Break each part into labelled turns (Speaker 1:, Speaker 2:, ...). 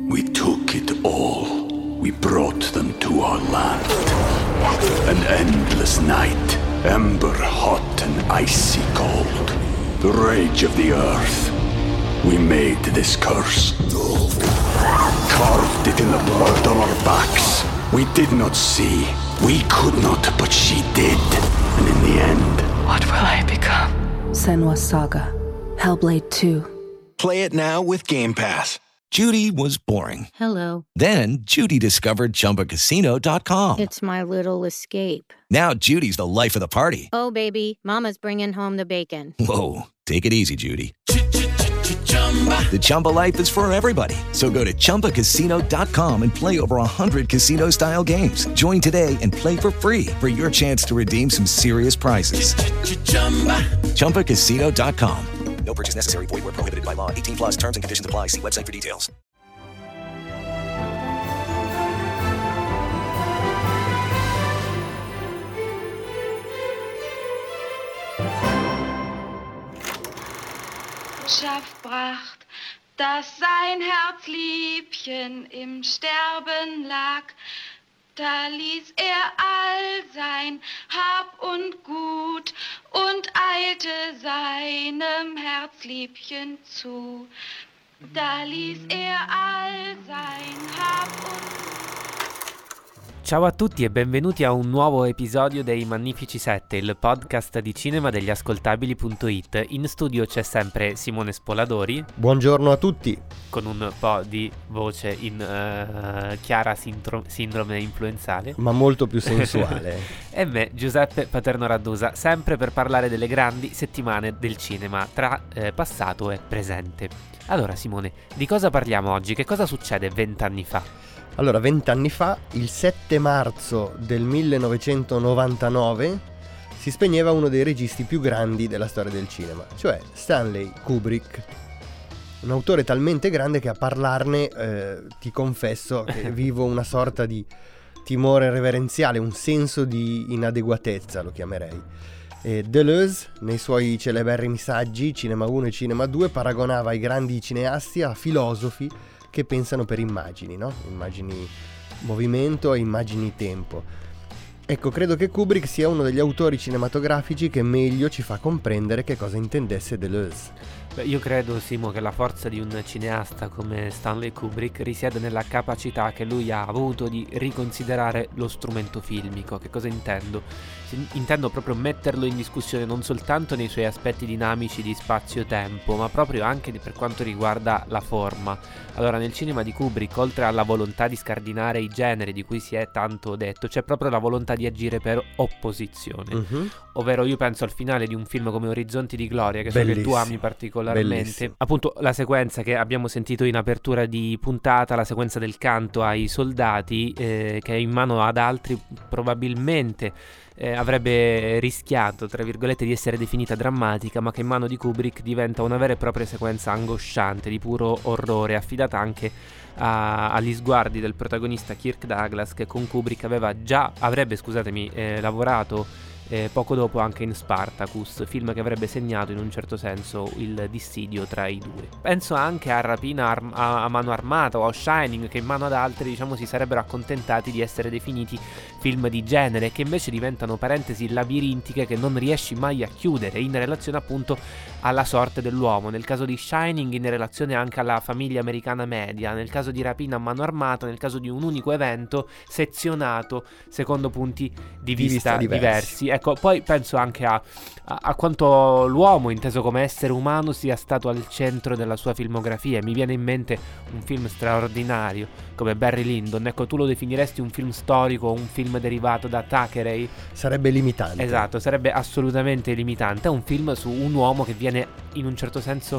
Speaker 1: We took it all. We brought them to our land. An endless night, ember hot and icy cold. The rage of the earth. We made this curse. Carved it in the blood on our backs. We did not see. We could not, but she did. And in the end...
Speaker 2: What will I become?
Speaker 3: Senua's Saga. Hellblade 2.
Speaker 4: Play it now with Game Pass. Judy was boring.
Speaker 5: Hello.
Speaker 4: Then Judy discovered ChumbaCasino.com.
Speaker 5: It's my little escape.
Speaker 4: Now Judy's the life of the party.
Speaker 5: Oh, baby, mama's bringing home the bacon.
Speaker 4: Whoa, take it easy, Judy. The Chumba life is for everybody. So go to ChumbaCasino.com and play over 100 casino-style games. Join today and play for free for your chance to redeem some serious prizes. ChumbaCasino.com. No purchase necessary. Void where prohibited by law. 18 plus terms and conditions apply. See website for details.
Speaker 6: Bracht, dass sein Herzliebchen im Sterben lag. Da ließ all sein Hab und Gut und eilte seinem Herzliebchen zu. Da ließ all sein Hab und Gut.
Speaker 7: Ciao a tutti e benvenuti a un nuovo episodio dei Magnifici 7, il podcast di cinema degli ascoltabili.it. In studio c'è sempre Simone Spoladori.
Speaker 8: Buongiorno a tutti.
Speaker 7: Con un po' di voce in chiara sindrome influenzale,
Speaker 8: ma molto più sensuale.
Speaker 7: E me, Giuseppe Paterno Raddusa, sempre per parlare delle grandi settimane del cinema tra passato e presente. Allora Simone, di cosa parliamo oggi? Che cosa succede 20 anni fa?
Speaker 8: Allora, 20 anni fa, il 7 marzo del 1999, si spegneva uno dei registi più grandi della storia del cinema, cioè Stanley Kubrick. Un autore talmente grande che a parlarne ti confesso che vivo una sorta di timore reverenziale, un senso di inadeguatezza, lo chiamerei. Deleuze, nei suoi celeberrimi saggi Cinema 1 e Cinema 2, paragonava i grandi cineasti a filosofi che pensano per immagini, no? Immagini movimento e immagini tempo. Ecco, credo che Kubrick sia uno degli autori cinematografici che meglio ci fa comprendere che cosa intendesse Deleuze.
Speaker 7: Beh, io credo, Simo, che la forza di un cineasta come Stanley Kubrick risiede nella capacità che lui ha avuto di riconsiderare lo strumento filmico. Che cosa intendo? Intendo proprio metterlo in discussione non soltanto nei suoi aspetti dinamici di spazio-tempo, ma proprio anche per quanto riguarda la forma. Allora, nel cinema di Kubrick, oltre alla volontà di scardinare i generi di cui si è tanto detto, c'è proprio la volontà di agire per opposizione. Ovvero, io penso al finale di un film come Orizzonti di Gloria, che so che tu ami particolarmente.
Speaker 8: Bellissimo.
Speaker 7: Appunto, la sequenza che abbiamo sentito in apertura di puntata, la sequenza del canto ai soldati, che in mano ad altri probabilmente avrebbe rischiato, tra virgolette, di essere definita drammatica, ma che in mano di Kubrick diventa una vera e propria sequenza angosciante, di puro orrore, affidata anche agli sguardi del protagonista Kirk Douglas, che con Kubrick avrebbe lavorato poco dopo anche in Spartacus, film che avrebbe segnato in un certo senso il dissidio tra i due. Penso anche a Rapina a mano armata o a Shining, che in mano ad altri, diciamo, si sarebbero accontentati di essere definiti film di genere, che invece diventano parentesi labirintiche che non riesci mai a chiudere in relazione appunto alla sorte dell'uomo. Nel caso di Shining in relazione anche alla famiglia americana media, nel caso di Rapina a mano armata, nel caso di un unico evento sezionato secondo punti di vista diversi. Ecco, poi penso anche a quanto l'uomo, inteso come essere umano, sia stato al centro della sua filmografia. Mi viene in mente un film straordinario come Barry Lyndon. Ecco, tu lo definiresti un film storico o un film derivato da Thackeray?
Speaker 8: Sarebbe limitante.
Speaker 7: Esatto, sarebbe assolutamente limitante. È un film su un uomo che viene in un certo senso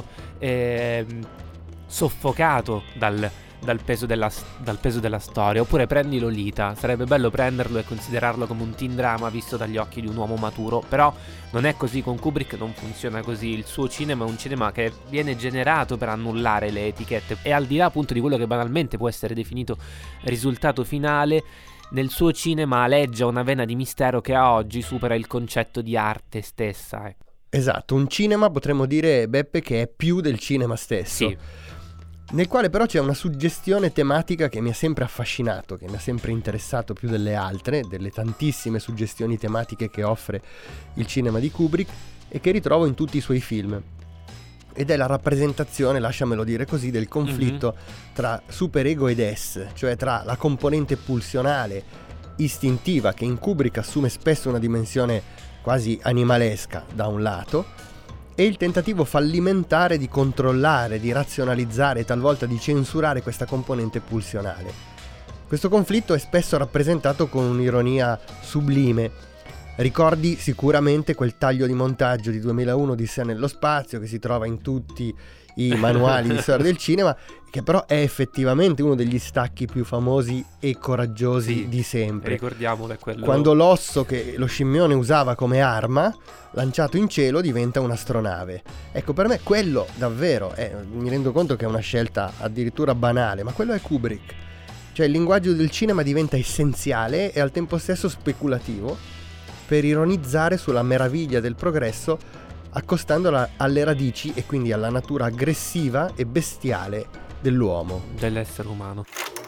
Speaker 7: soffocato dal peso della storia. Oppure prendi Lolita, sarebbe bello prenderlo e considerarlo come un teen drama visto dagli occhi di un uomo maturo, però non è così. Con Kubrick non funziona così. Il suo cinema è un cinema che viene generato per annullare le etichette, e al di là appunto di quello che banalmente può essere definito risultato finale, nel suo cinema aleggia una vena di mistero che a oggi supera il concetto di arte stessa, ecco.
Speaker 8: Esatto, un cinema, potremmo dire, Beppe, che è più del cinema stesso.
Speaker 7: Sì.
Speaker 8: nel quale però c'è una suggestione tematica che mi ha sempre affascinato, che mi ha sempre interessato più delle altre, delle tantissime suggestioni tematiche che offre il cinema di Kubrick e che ritrovo in tutti i suoi film. Ed è la rappresentazione, lasciamelo dire così, del conflitto tra superego ed ess, cioè tra la componente pulsionale, istintiva, che in Kubrick assume spesso una dimensione quasi animalesca da un lato, e il tentativo fallimentare di controllare, di razionalizzare e talvolta di censurare questa componente pulsionale. Questo conflitto è spesso rappresentato con un'ironia sublime. Ricordi sicuramente quel taglio di montaggio di 2001 di Odissea nello spazio, che si trova in tutti i manuali di storia del cinema, che però è effettivamente uno degli stacchi più famosi e coraggiosi di sempre.
Speaker 7: Ricordiamolo, è quello.
Speaker 8: Quando l'osso che lo scimmione usava come arma, lanciato in cielo, diventa un'astronave. Ecco, per me quello davvero mi rendo conto che è una scelta addirittura banale, ma quello è Kubrick. Cioè il linguaggio del cinema diventa essenziale e al tempo stesso speculativo per ironizzare sulla meraviglia del progresso, accostandola alle radici e quindi alla natura aggressiva e bestiale dell'uomo,
Speaker 7: dell'essere umano.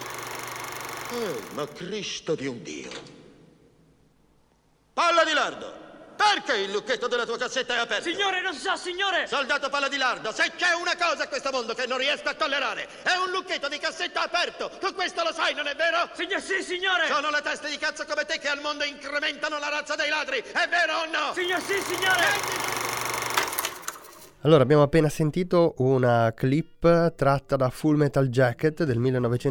Speaker 2: Ma Cristo di un Dio! Palla di lardo! Perché il lucchetto della tua cassetta è aperto?
Speaker 9: Signore, non sa, signore!
Speaker 2: Soldato Palla di lardo, se c'è una cosa a questo mondo che non riesco a tollerare, è un lucchetto di cassetta aperto! Tu questo lo sai, non è vero?
Speaker 9: Sì, signore!
Speaker 2: Sono le teste di cazzo come te che al mondo incrementano la razza dei ladri, è vero o no?
Speaker 9: Sì, signore!
Speaker 8: Allora, abbiamo appena sentito una clip tratta da Full Metal Jacket del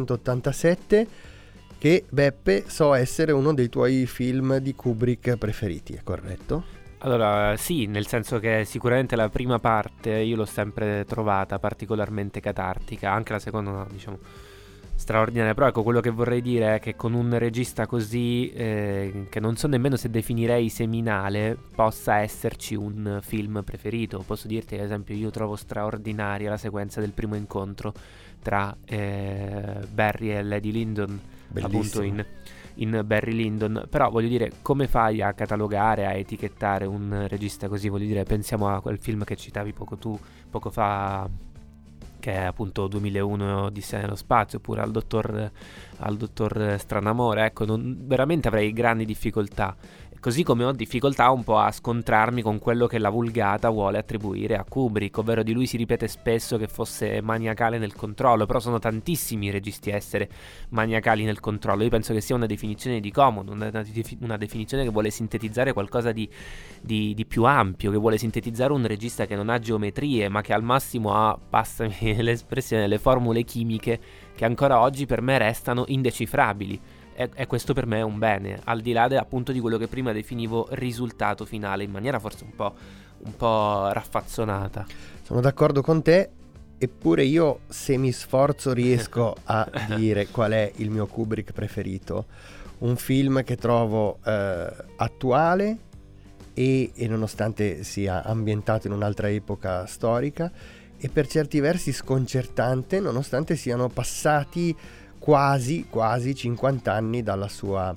Speaker 8: 1987, che, Beppe, so essere uno dei tuoi film di Kubrick preferiti, è corretto?
Speaker 7: Allora, sì, nel senso che sicuramente la prima parte io l'ho sempre trovata particolarmente catartica, anche la seconda, diciamo, straordinaria. Però ecco, quello che vorrei dire è che con un regista così, che non so nemmeno se definirei seminale, possa esserci un film preferito. Posso dirti, ad esempio, io trovo straordinaria la sequenza del primo incontro tra Barry e Lady Lyndon, appunto in Barry Lyndon. Però voglio dire, come fai a catalogare, a etichettare un regista così? Voglio dire, pensiamo a quel film che citavi poco fa, che è appunto 2001 Odissea nello spazio, oppure al dottor Stranamore. Ecco, veramente avrei grandi difficoltà, così come ho difficoltà un po' a scontrarmi con quello che la vulgata vuole attribuire a Kubrick, ovvero di lui si ripete spesso che fosse maniacale nel controllo, però sono tantissimi i registi a essere maniacali nel controllo. Io penso che sia una definizione di comodo, una definizione che vuole sintetizzare qualcosa di più ampio, che vuole sintetizzare un regista che non ha geometrie, ma che al massimo ha, passami l'espressione, le formule chimiche che ancora oggi per me restano indecifrabili. E questo per me è un bene, al di là appunto di quello che prima definivo risultato finale, in maniera forse un po' raffazzonata.
Speaker 8: Sono d'accordo con te, eppure io, se mi sforzo, riesco a dire qual è il mio Kubrick preferito. Un film che trovo attuale e nonostante sia ambientato in un'altra epoca storica, e per certi versi sconcertante, nonostante siano passati quasi 50 anni dalla sua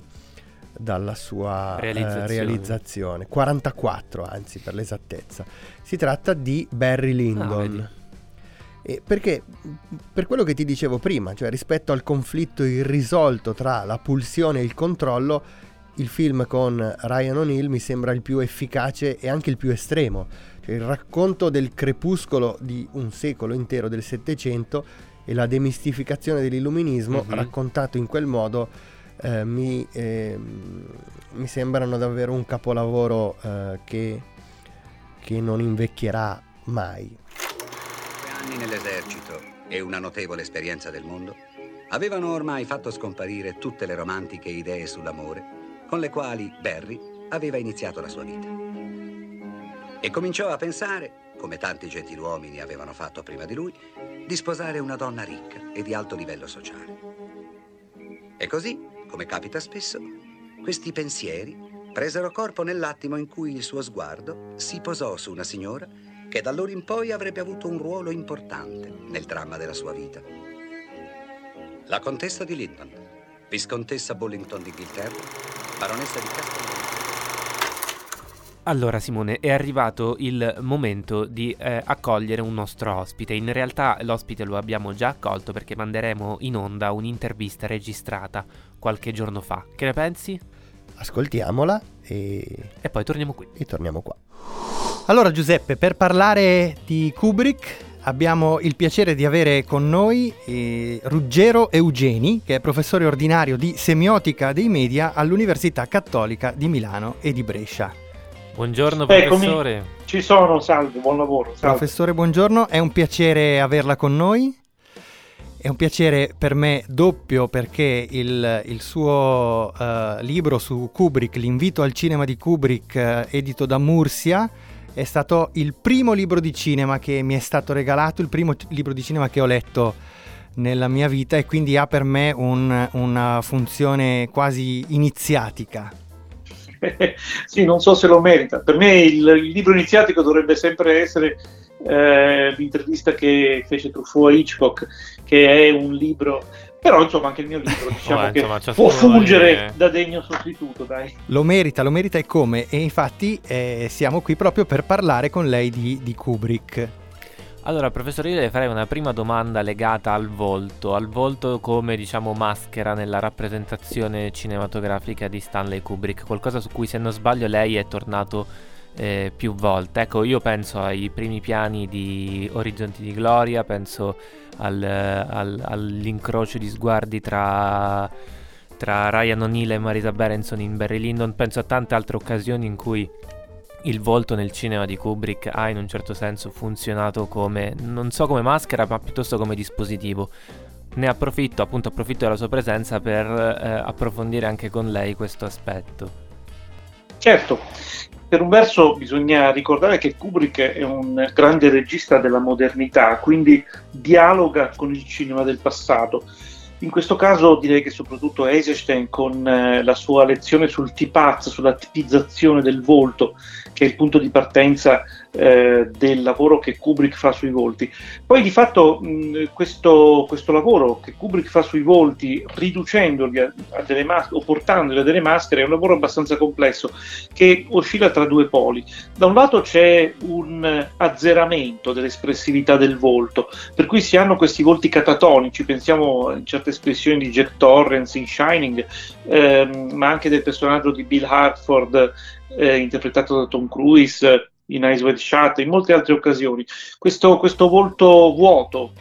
Speaker 8: realizzazione. 44 anzi, per l'esattezza. Si tratta di Barry Lyndon. Perché, per quello che ti dicevo prima, cioè rispetto al conflitto irrisolto tra la pulsione e il controllo, il film con Ryan O'Neal mi sembra il più efficace e anche il più estremo. Cioè, il racconto del crepuscolo di un secolo intero, del Settecento, e la demistificazione dell'illuminismo raccontato in quel modo mi sembrano davvero un capolavoro che non invecchierà mai.
Speaker 10: 2 anni nell'esercito e una notevole esperienza del mondo avevano ormai fatto scomparire tutte le romantiche idee sull'amore con le quali Barry aveva iniziato la sua vita. E cominciò a pensare, come tanti gentiluomini avevano fatto prima di lui, di sposare una donna ricca e di alto livello sociale. E così, come capita spesso, questi pensieri presero corpo nell'attimo in cui il suo sguardo si posò su una signora che da allora in poi avrebbe avuto un ruolo importante nel dramma della sua vita. La contessa di Lyndon, viscontessa Bullington d'Inghilterra, baronessa di Castello.
Speaker 7: Allora Simone, è arrivato il momento di accogliere un nostro ospite. In realtà l'ospite lo abbiamo già accolto perché manderemo in onda un'intervista registrata qualche giorno fa. Che ne pensi?
Speaker 8: Ascoltiamola e
Speaker 7: poi torniamo qui.
Speaker 8: E torniamo qua.
Speaker 11: Allora Giuseppe, per parlare di Kubrick abbiamo il piacere di avere con noi Ruggero Eugeni, che è professore ordinario di semiotica dei media all'Università Cattolica di Milano e di Brescia.
Speaker 7: Buongiorno professore.
Speaker 12: Ci sono, salve, buon lavoro. Salve.
Speaker 11: Professore, buongiorno, è un piacere averla con noi. È un piacere per me doppio perché il suo libro su Kubrick, L'invito al cinema di Kubrick, edito da Mursia, è stato il primo libro di cinema che mi è stato regalato, il primo libro di cinema che ho letto nella mia vita, e quindi ha per me una funzione quasi iniziatica.
Speaker 12: Sì, non so se lo merita. Per me il libro iniziatico dovrebbe sempre essere l'intervista che fece Truffaut a Hitchcock, che è un libro, però insomma anche il mio libro diciamo che può fungere da degno sostituto, dai.
Speaker 11: Lo merita e come, e infatti siamo qui proprio per parlare con lei di Kubrick.
Speaker 7: Allora professore, io le farei una prima domanda legata al volto come diciamo maschera nella rappresentazione cinematografica di Stanley Kubrick, qualcosa su cui se non sbaglio lei è tornato più volte. Ecco, io penso ai primi piani di Orizzonti di Gloria, penso all'incrocio di sguardi tra Ryan O'Neal e Marisa Berenson in Barry Lyndon, penso a tante altre occasioni in cui il volto nel cinema di Kubrick ha in un certo senso funzionato come, non so come maschera, ma piuttosto come dispositivo. Ne approfitto della sua presenza per approfondire anche con lei questo aspetto.
Speaker 12: Certo, per un verso bisogna ricordare che Kubrick è un grande regista della modernità, quindi dialoga con il cinema del passato. In questo caso direi che soprattutto Eisenstein con la sua lezione sul tipaz, sulla tipizzazione del volto, che è il punto di partenza del lavoro che Kubrick fa sui volti. Poi di fatto questo lavoro che Kubrick fa sui volti, riducendoli a delle maschere o portandoli a delle maschere, è un lavoro abbastanza complesso che oscilla tra due poli. Da un lato c'è un azzeramento dell'espressività del volto, per cui si hanno questi volti catatonici, pensiamo in certe espressioni di Jack Torrance in Shining, ma anche del personaggio di Bill Hartford interpretato da Tom Cruise in Eyes Wide Shut, in molte altre occasioni. Questo volto vuoto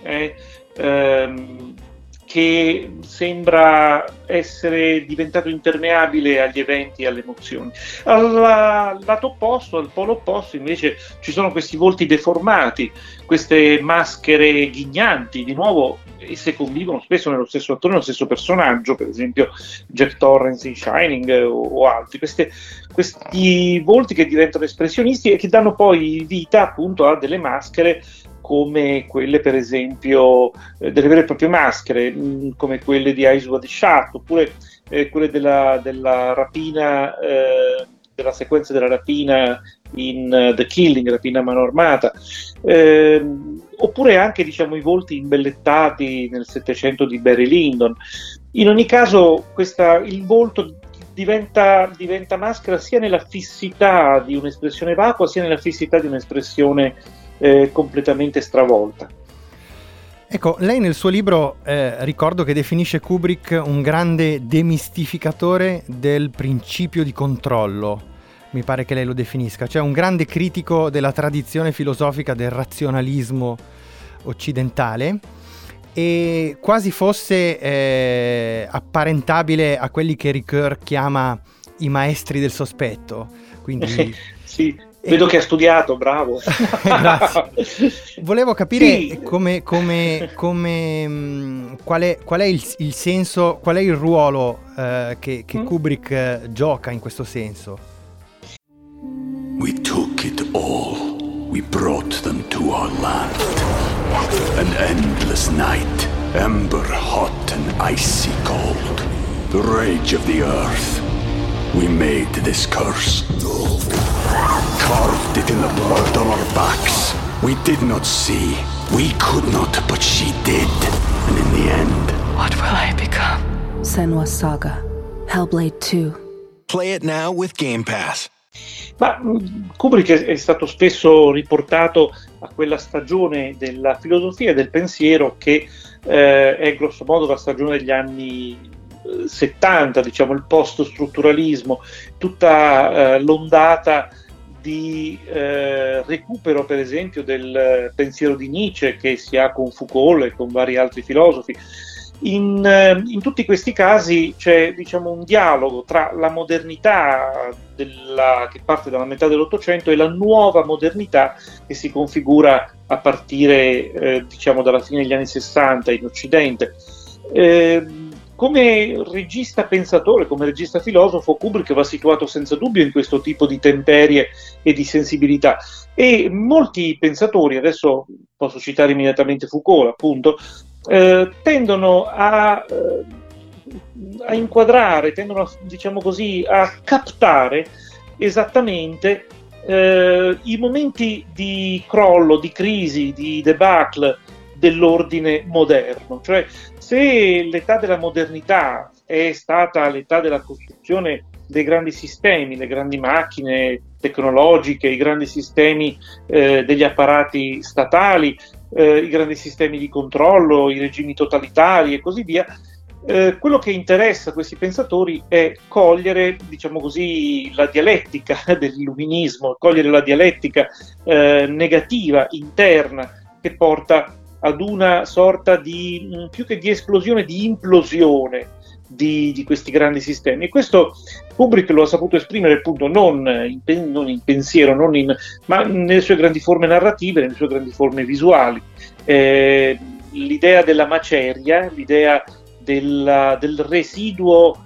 Speaker 12: che sembra essere diventato impermeabile agli eventi e alle emozioni. Al lato opposto, al polo opposto, invece ci sono questi volti deformati, queste maschere ghignanti, di nuovo esse convivono spesso nello stesso attore, nello stesso personaggio, per esempio Jack Torrance in Shining o altri, questi volti che diventano espressionisti e che danno poi vita appunto a delle maschere come quelle per esempio delle vere e proprie maschere, come quelle di Eyes Wide Shut, oppure quelle della rapina, della sequenza della rapina in The Killing, rapina a mano armata, oppure anche diciamo i volti imbellettati nel Settecento di Barry Lyndon. In ogni caso il volto diventa maschera sia nella fissità di un'espressione vacua sia nella fissità di un'espressione completamente stravolta.
Speaker 11: Ecco, lei nel suo libro ricordo che definisce Kubrick un grande demistificatore del principio di controllo, mi pare che lei lo definisca, cioè un grande critico della tradizione filosofica del razionalismo occidentale, e quasi fosse apparentabile a quelli che Ricoeur chiama i maestri del sospetto. Quindi
Speaker 12: sì, vedo che ha studiato, bravo.
Speaker 11: Grazie. Volevo capire qual è il senso, qual è il ruolo che Kubrick gioca in questo senso.
Speaker 1: We took it all. We brought them to our land. An endless night, ember hot and icy cold. The rage of the earth. We made this curse. Carved it in the blood on our backs. We did not see. We could not, but she did. And in the end,
Speaker 3: what will I become? Senua's Saga. Hellblade 2.
Speaker 4: Play it now with Game Pass.
Speaker 12: Ma Kubrick è stato spesso riportato a quella stagione della filosofia e del pensiero che è grosso modo la stagione degli anni 70, diciamo il post-strutturalismo, tutta l'ondata di recupero per esempio del pensiero di Nietzsche che si ha con Foucault e con vari altri filosofi. In tutti questi casi c'è, diciamo, un dialogo tra la modernità che parte dalla metà dell'Ottocento e la nuova modernità che si configura a partire diciamo dalla fine degli anni 60 in Occidente. Come regista pensatore, come regista filosofo, Kubrick va situato senza dubbio in questo tipo di temperie e di sensibilità, e molti pensatori, adesso posso citare immediatamente Foucault appunto, tendono a inquadrare, tendono diciamo così a captare esattamente i momenti di crollo, di crisi, di debacle dell'ordine moderno. Cioè, se l'età della modernità è stata l'età della costruzione dei grandi sistemi, le grandi macchine tecnologiche, i grandi sistemi degli apparati statali, i grandi sistemi di controllo, i regimi totalitari e così via, quello che interessa a questi pensatori è cogliere, diciamo così, la dialettica dell'illuminismo, cogliere la dialettica negativa, interna, che porta ad una sorta di, più che di esplosione, di implosione di questi grandi sistemi. E questo Kubrick lo ha saputo esprimere appunto non in pensiero, ma nelle sue grandi forme narrative, nelle sue grandi forme visuali. L'idea della maceria, l'idea del residuo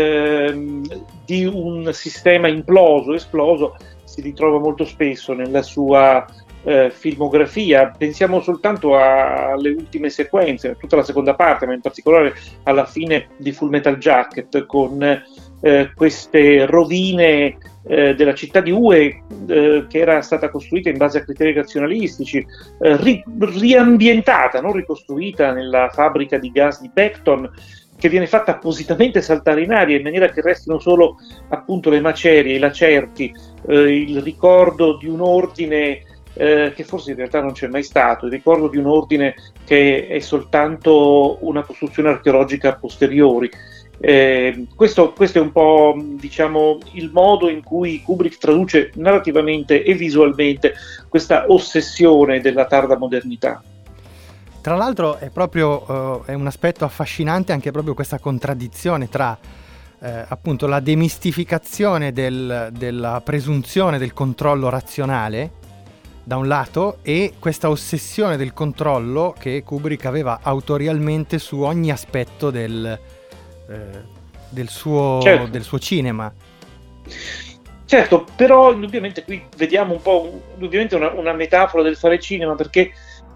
Speaker 12: di un sistema esploso, si ritrova molto spesso nella sua filmografia. Pensiamo soltanto alle ultime sequenze, tutta la seconda parte, ma in particolare alla fine di Full Metal Jacket, con queste rovine della città di Hue che era stata costruita in base a criteri razionalistici, riambientata, non ricostruita nella fabbrica di gas di Beckton, che viene fatta appositamente saltare in aria in maniera che restino solo appunto le macerie, i lacerti, il ricordo di un ordine che forse in realtà non c'è mai stato, il ricordo di un ordine che è soltanto una costruzione archeologica a posteriori. Questo è un po', diciamo, il modo in cui Kubrick traduce narrativamente e visualmente questa ossessione della tarda modernità.
Speaker 11: Tra l'altro è proprio è un aspetto affascinante anche proprio questa contraddizione tra appunto la demistificazione della presunzione del controllo razionale da un lato e questa ossessione del controllo che Kubrick aveva autorialmente su ogni aspetto del suo cinema.
Speaker 12: Certo, però indubbiamente qui vediamo un po' una metafora del fare cinema, perché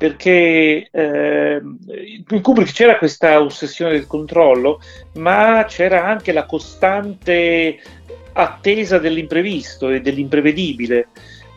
Speaker 12: in Kubrick c'era questa ossessione del controllo, ma c'era anche la costante attesa dell'imprevisto e dell'imprevedibile.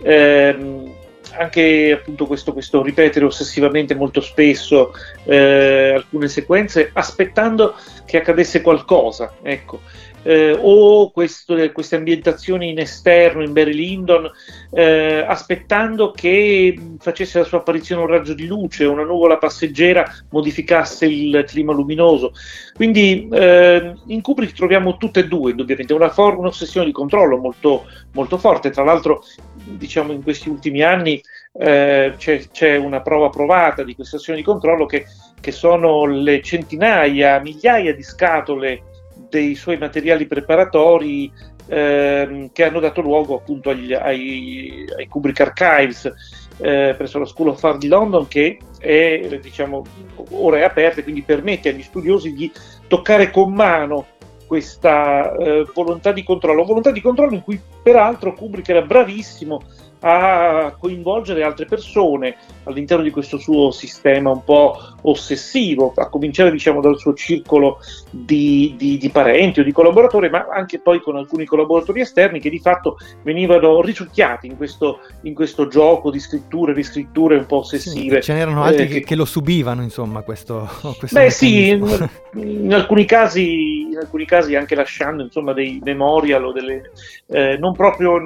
Speaker 12: Anche appunto questo ripetere ossessivamente molto spesso alcune sequenze aspettando che accadesse qualcosa, ecco. O queste ambientazioni in esterno in Barry Lyndon, aspettando che facesse la sua apparizione un raggio di luce, una nuvola passeggera modificasse il clima luminoso. Quindi in Kubrick troviamo tutte e due, indubbiamente, un'ossessione di controllo molto, molto forte. Tra l'altro, diciamo, in questi ultimi anni c'è una prova provata di questa ossessione di controllo che sono le centinaia, migliaia di scatole dei suoi materiali preparatori che hanno dato luogo appunto ai Kubrick Archives presso la School of Art di London, che è, diciamo, ora è aperta e quindi permette agli studiosi di toccare con mano questa volontà di controllo in cui peraltro Kubrick era bravissimo a coinvolgere altre persone all'interno di questo suo sistema un po' ossessivo, a cominciare, diciamo, dal suo circolo di parenti o di collaboratori, ma anche poi con alcuni collaboratori esterni che di fatto venivano risucchiati in questo gioco di scritture e riscritture un po' ossessive.
Speaker 11: Sì, ce n'erano altri che lo subivano, insomma, questo
Speaker 12: Beh sì, in alcuni casi alcuni casi anche lasciando insomma dei memorial o delle non proprio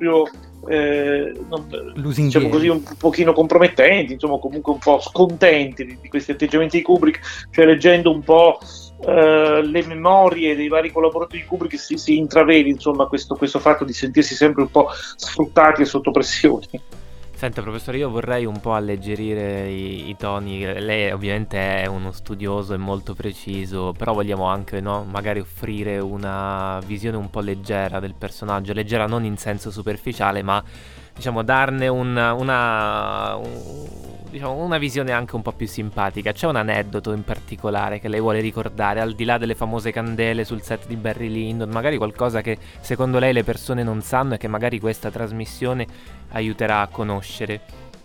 Speaker 12: diciamo così un pochino compromettenti, insomma comunque un po' scontenti di questi atteggiamenti di Kubrick, cioè leggendo un po' le memorie dei vari collaboratori di Kubrick si intravede insomma questo fatto di sentirsi sempre un po' sfruttati e sotto pressione.
Speaker 7: Senta professore, io vorrei un po' alleggerire i toni. Lei ovviamente è uno studioso e molto preciso, però vogliamo anche, no, magari offrire una visione un po' leggera del personaggio, leggera non in senso superficiale, ma diciamo darne una visione anche un po' più simpatica. C'è un aneddoto in particolare che lei vuole ricordare, al di là delle famose candele sul set di Barry Lyndon, magari qualcosa che secondo lei le persone non sanno e che magari questa trasmissione aiuterà a conoscere?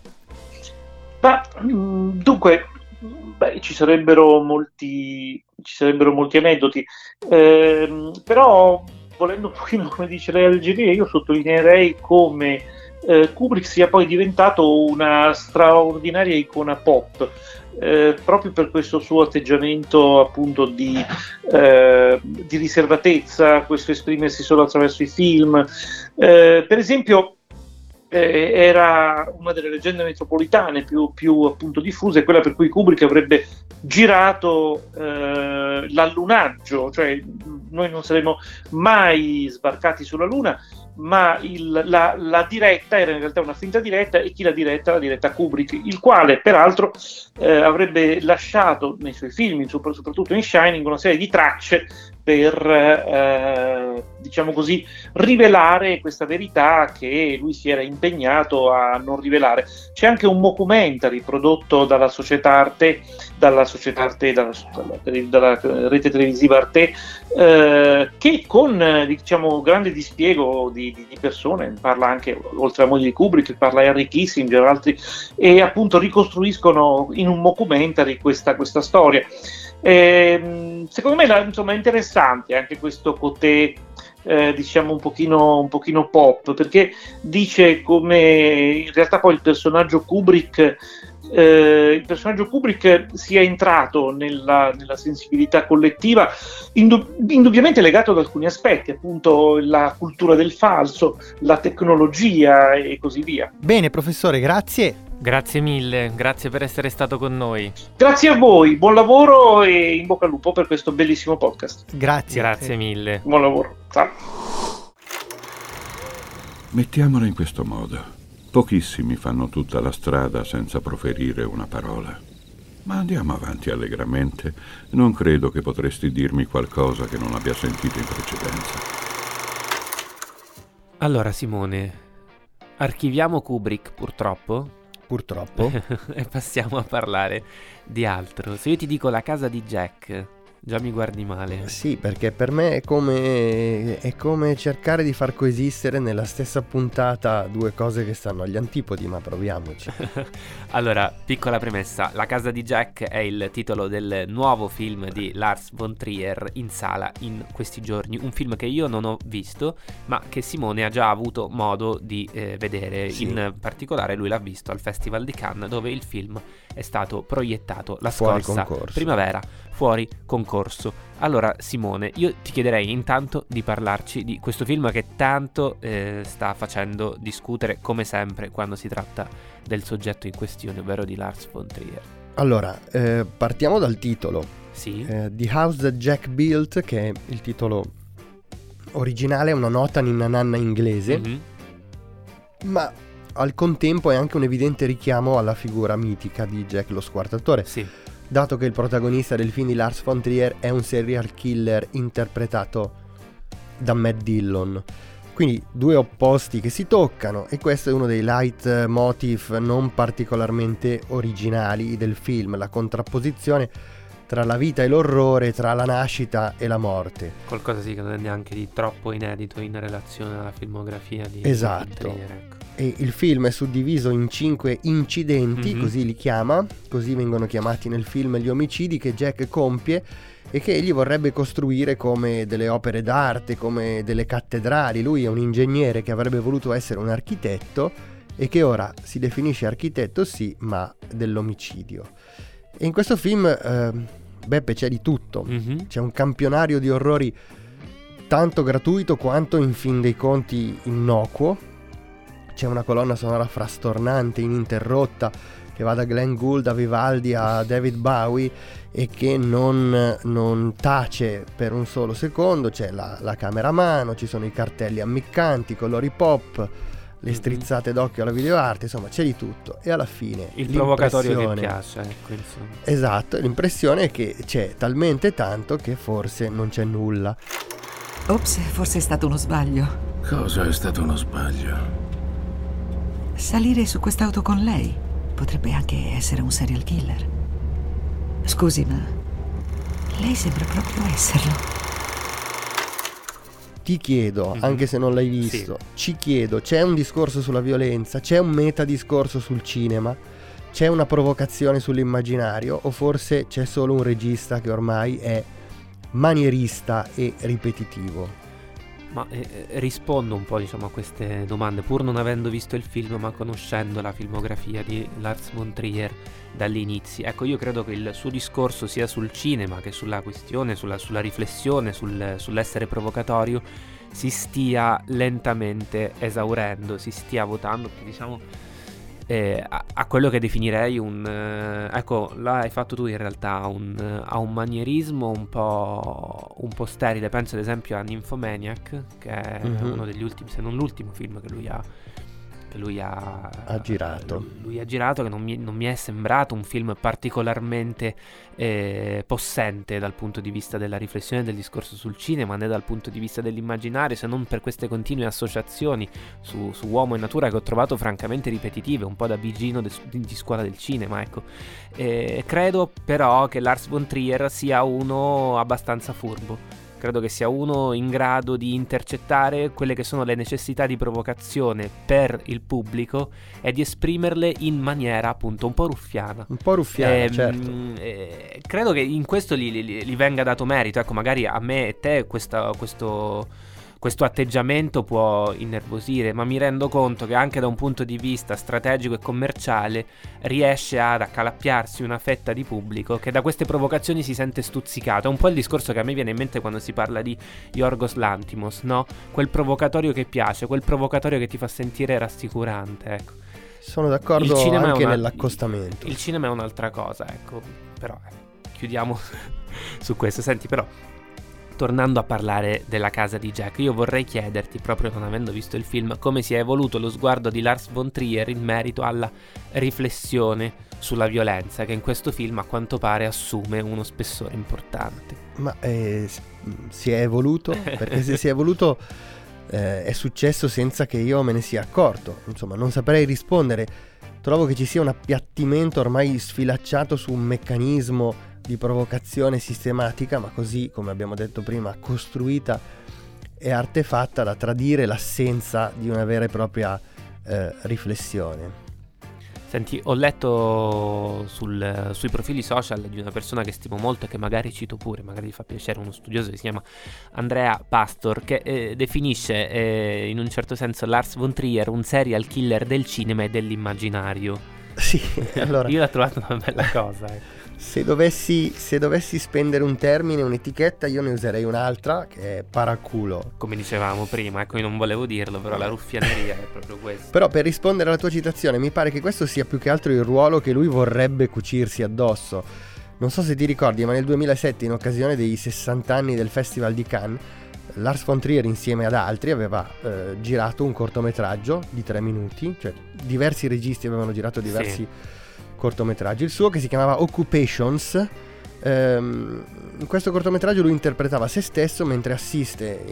Speaker 12: Dunque, ci sarebbero molti aneddoti, però volendo un pochino, come dice lei, alleggerire, io sottolineerei come Kubrick sia poi diventato una straordinaria icona pop, proprio per questo suo atteggiamento appunto di riservatezza, questo esprimersi solo attraverso i film. Per esempio era una delle leggende metropolitane più appunto diffuse, quella per cui Kubrick avrebbe girato l'allunaggio, cioè noi non saremmo mai sbarcati sulla Luna, ma la diretta era in realtà una finta diretta, e chi l'ha diretta? La diretta Kubrick, il quale peraltro avrebbe lasciato nei suoi film, soprattutto in Shining, una serie di tracce per diciamo così rivelare questa verità che lui si era impegnato a non rivelare. C'è anche un mockumentary prodotto dalla società Arte, dalla rete televisiva Arte, che con diciamo grande dispiego di persone, parla anche, oltre alla moglie di Kubrick, parla Henry Kissinger, altri, e appunto ricostruiscono in un mockumentary questa storia. Secondo me insomma è interessante anche questo côté diciamo un pochino pop, perché dice come in realtà poi il personaggio Kubrick sia entrato nella sensibilità collettiva, indubbiamente legato ad alcuni aspetti, appunto la cultura del falso, la tecnologia e così via.
Speaker 11: Bene professore, grazie.
Speaker 7: Grazie mille, grazie per essere stato con noi.
Speaker 12: Grazie a voi, buon lavoro e in bocca al lupo per questo bellissimo podcast.
Speaker 7: Grazie mille.
Speaker 12: Buon lavoro, ciao.
Speaker 13: Mettiamola in questo modo. Pochissimi fanno tutta la strada senza proferire una parola. Ma andiamo avanti allegramente. Non credo che potresti dirmi qualcosa che non abbia sentito in precedenza.
Speaker 7: Allora Simone, archiviamo Kubrick purtroppo e passiamo a parlare di altro. Se io ti dico La casa di Jack, già mi guardi male.
Speaker 8: Sì, perché per me è come cercare di far coesistere nella stessa puntata due cose che stanno agli antipodi, ma proviamoci.
Speaker 7: Allora, piccola premessa, La casa di Jack è il titolo del nuovo film di Lars von Trier in sala in questi giorni, un film che io non ho visto, ma che Simone ha già avuto modo di vedere. Sì. In particolare lui l'ha visto al Festival di Cannes, dove il film è stato proiettato la scorsa primavera, fuori concorso. Allora Simone, io ti chiederei intanto di parlarci di questo film che tanto sta facendo discutere, come sempre quando si tratta del soggetto in questione, ovvero di Lars von Trier.
Speaker 8: Allora, partiamo dal titolo.
Speaker 7: Sì.
Speaker 8: The House That Jack Built, che è il titolo originale, è una nota ninna nanna inglese, ma al contempo è anche un evidente richiamo alla figura mitica di Jack lo Squartatore.
Speaker 7: Sì.
Speaker 8: Dato che il protagonista del film di Lars von Trier è un serial killer interpretato da Matt Dillon. Quindi due opposti che si toccano, e questo è uno dei leitmotiv non particolarmente originali del film, la contrapposizione tra la vita e l'orrore, tra la nascita e la morte.
Speaker 7: Qualcosa sì che non è neanche di troppo inedito in relazione alla filmografia di
Speaker 8: Esatto.
Speaker 7: Von Trier, ecco.
Speaker 8: E il film è suddiviso in 5 incidenti, così li chiama, così vengono chiamati nel film gli omicidi che Jack compie e che egli vorrebbe costruire come delle opere d'arte, come delle cattedrali. Lui è un ingegnere che avrebbe voluto essere un architetto e che ora si definisce architetto sì, ma dell'omicidio. E in questo film Beppe, c'è di tutto.
Speaker 7: Mhm.
Speaker 8: C'è un campionario di orrori tanto gratuito quanto in fin dei conti innocuo. C'è una colonna sonora frastornante, ininterrotta, che va da Glenn Gould a Vivaldi a David Bowie e che non tace per un solo secondo. C'è la camera a mano, ci sono i cartelli ammiccanti, colori pop, le strizzate d'occhio alla videoarte, insomma c'è di tutto. E alla fine
Speaker 7: Il provocatorio che
Speaker 8: l'impressione-
Speaker 7: piace, ecco, insomma.
Speaker 8: Esatto, l'impressione è che c'è talmente tanto che forse non c'è nulla.
Speaker 14: Ops, forse è stato uno sbaglio.
Speaker 15: Cosa è stato uno sbaglio?
Speaker 14: Salire su quest'auto con lei potrebbe anche essere un serial killer. Scusi, ma lei sembra proprio esserlo.
Speaker 8: Ti chiedo, anche se non l'hai visto, ci chiedo, c'è un discorso sulla violenza, c'è un metadiscorso sul cinema, c'è una provocazione sull'immaginario, o forse c'è solo un regista che ormai è manierista e ripetitivo?
Speaker 7: Ma rispondo un po', diciamo, a queste domande, pur non avendo visto il film, ma conoscendo la filmografia di Lars von Trier dagli inizi. Ecco, io credo che il suo discorso sia sul cinema che sulla questione, sulla riflessione, sull'essere provocatorio, si stia lentamente esaurendo, si stia votando, diciamo, a quello che definirei ecco, là hai fatto tu in realtà a un manierismo un po' sterile. Penso ad esempio a Nymphomaniac, che è uno degli ultimi, se non l'ultimo film che lui ha
Speaker 8: girato.
Speaker 7: Lui ha girato, che non mi è sembrato un film particolarmente possente dal punto di vista della riflessione del discorso sul cinema, né dal punto di vista dell'immaginario, se non per queste continue associazioni su uomo e natura che ho trovato francamente ripetitive, un po' da bigino di scuola del cinema, ecco. Credo però che Lars von Trier sia uno abbastanza furbo. Credo che sia uno in grado di intercettare quelle che sono le necessità di provocazione per il pubblico e di esprimerle in maniera appunto un po' ruffiana.
Speaker 8: Un po' ruffiana, certo.
Speaker 7: Credo che in questo gli venga dato merito. Ecco, magari a me e te questo atteggiamento può innervosire, ma mi rendo conto che anche da un punto di vista strategico e commerciale riesce ad accalappiarsi una fetta di pubblico che da queste provocazioni si sente stuzzicato. È un po' il discorso che a me viene in mente quando si parla di Yorgos Lanthimos, no? Quel provocatorio che piace, quel provocatorio che ti fa sentire rassicurante, ecco.
Speaker 8: Sono d'accordo anche nell'accostamento.
Speaker 7: Il cinema è un'altra cosa, ecco, però chiudiamo su questo. Senti, però, tornando a parlare della casa di Jack, io vorrei chiederti, proprio non avendo visto il film, come si è evoluto lo sguardo di Lars von Trier in merito alla riflessione sulla violenza, che in questo film a quanto pare assume uno spessore importante.
Speaker 8: Ma si è evoluto? Perché se si è evoluto è successo senza che io me ne sia accorto. Insomma, non saprei rispondere. Trovo che ci sia un appiattimento ormai sfilacciato su un meccanismo di provocazione sistematica, ma così, come abbiamo detto prima, costruita e artefatta da tradire l'assenza di una vera e propria riflessione.
Speaker 7: Senti, ho letto sui profili social di una persona che stimo molto e che magari cito pure, magari gli fa piacere, uno studioso che si chiama Andrea Pastor, che definisce in un certo senso Lars von Trier un serial killer del cinema e dell'immaginario.
Speaker 8: Sì, allora
Speaker 7: io l'ho trovato una bella cosa, ecco.
Speaker 8: Se dovessi spendere un termine, un'etichetta, io ne userei un'altra, che è paraculo.
Speaker 7: Come dicevamo prima, ecco, io non volevo dirlo, però la ruffianeria è proprio questo.
Speaker 8: Però per rispondere alla tua citazione, mi pare che questo sia più che altro il ruolo che lui vorrebbe cucirsi addosso. Non so se ti ricordi, ma nel 2007, in occasione dei 60 anni del Festival di Cannes, Lars von Trier insieme ad altri aveva girato un cortometraggio di 3 minuti, cioè diversi registi avevano girato diversi cortometraggi. Il suo, che si chiamava Occupations, in questo cortometraggio lui interpretava se stesso mentre assiste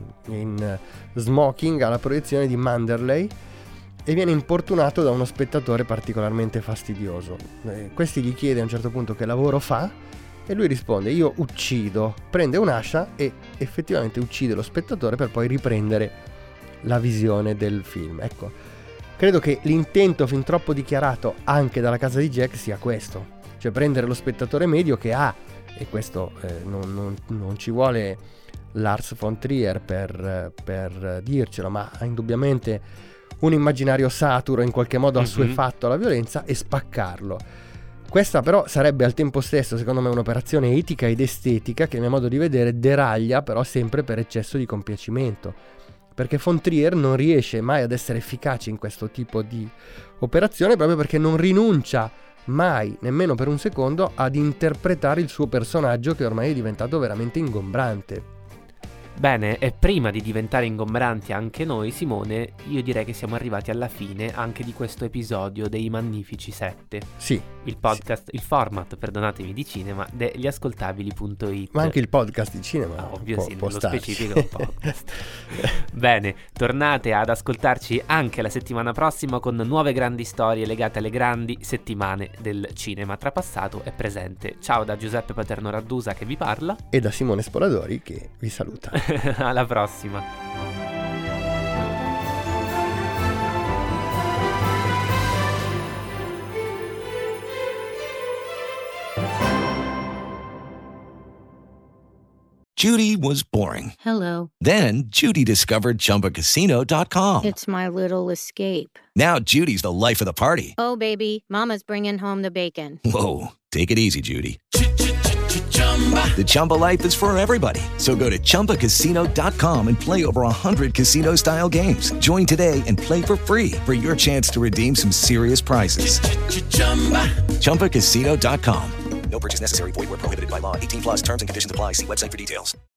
Speaker 8: in smoking alla proiezione di Manderley e viene importunato da uno spettatore particolarmente fastidioso. Questi gli chiede a un certo punto che lavoro fa e lui risponde: io uccido. Prende un'ascia e effettivamente uccide lo spettatore per poi riprendere la visione del film. Ecco, credo che l'intento fin troppo dichiarato anche dalla casa di Jack sia questo, cioè prendere lo spettatore medio che ha, e questo non ci vuole Lars von Trier per dircelo, ma ha indubbiamente un immaginario saturo, in qualche modo assuefatto alla violenza, e spaccarlo. Questa però sarebbe al tempo stesso, secondo me, un'operazione etica ed estetica che a mio modo di vedere deraglia però sempre per eccesso di compiacimento, perché von Trier non riesce mai ad essere efficace in questo tipo di operazione proprio perché non rinuncia mai, nemmeno per un secondo, ad interpretare il suo personaggio che ormai è diventato veramente ingombrante.
Speaker 7: Bene, e prima di diventare ingombranti anche noi, Simone, io direi che siamo arrivati alla fine anche di questo episodio dei Magnifici 7.
Speaker 8: Sì.
Speaker 7: Il podcast, il format, perdonatemi, di cinema degli ascoltabili.it.
Speaker 8: Ma anche il podcast di cinema.
Speaker 7: Ovvio, sì, nello specifico il podcast. Bene, tornate ad ascoltarci anche la settimana prossima con nuove grandi storie legate alle grandi settimane del cinema tra passato e presente. Ciao da Giuseppe Paterno Raddusa che vi parla.
Speaker 8: E da Simone Sporadori che vi saluta.
Speaker 7: Alla prossima.
Speaker 4: Judy was boring.
Speaker 5: Hello.
Speaker 4: Then Judy discovered ChumbaCasino.com.
Speaker 5: It's my little escape.
Speaker 4: Now Judy's the life of the party.
Speaker 5: Oh, baby, mama's bringing home the bacon.
Speaker 4: Whoa, take it easy, Judy. The Chumba life is for everybody. So go to ChumbaCasino.com and play over 100 casino-style games. Join today and play for free for your chance to redeem some serious prizes. ChumbaCasino.com. No purchase necessary. Void where prohibited by law. 18+ terms and conditions apply. See website for details.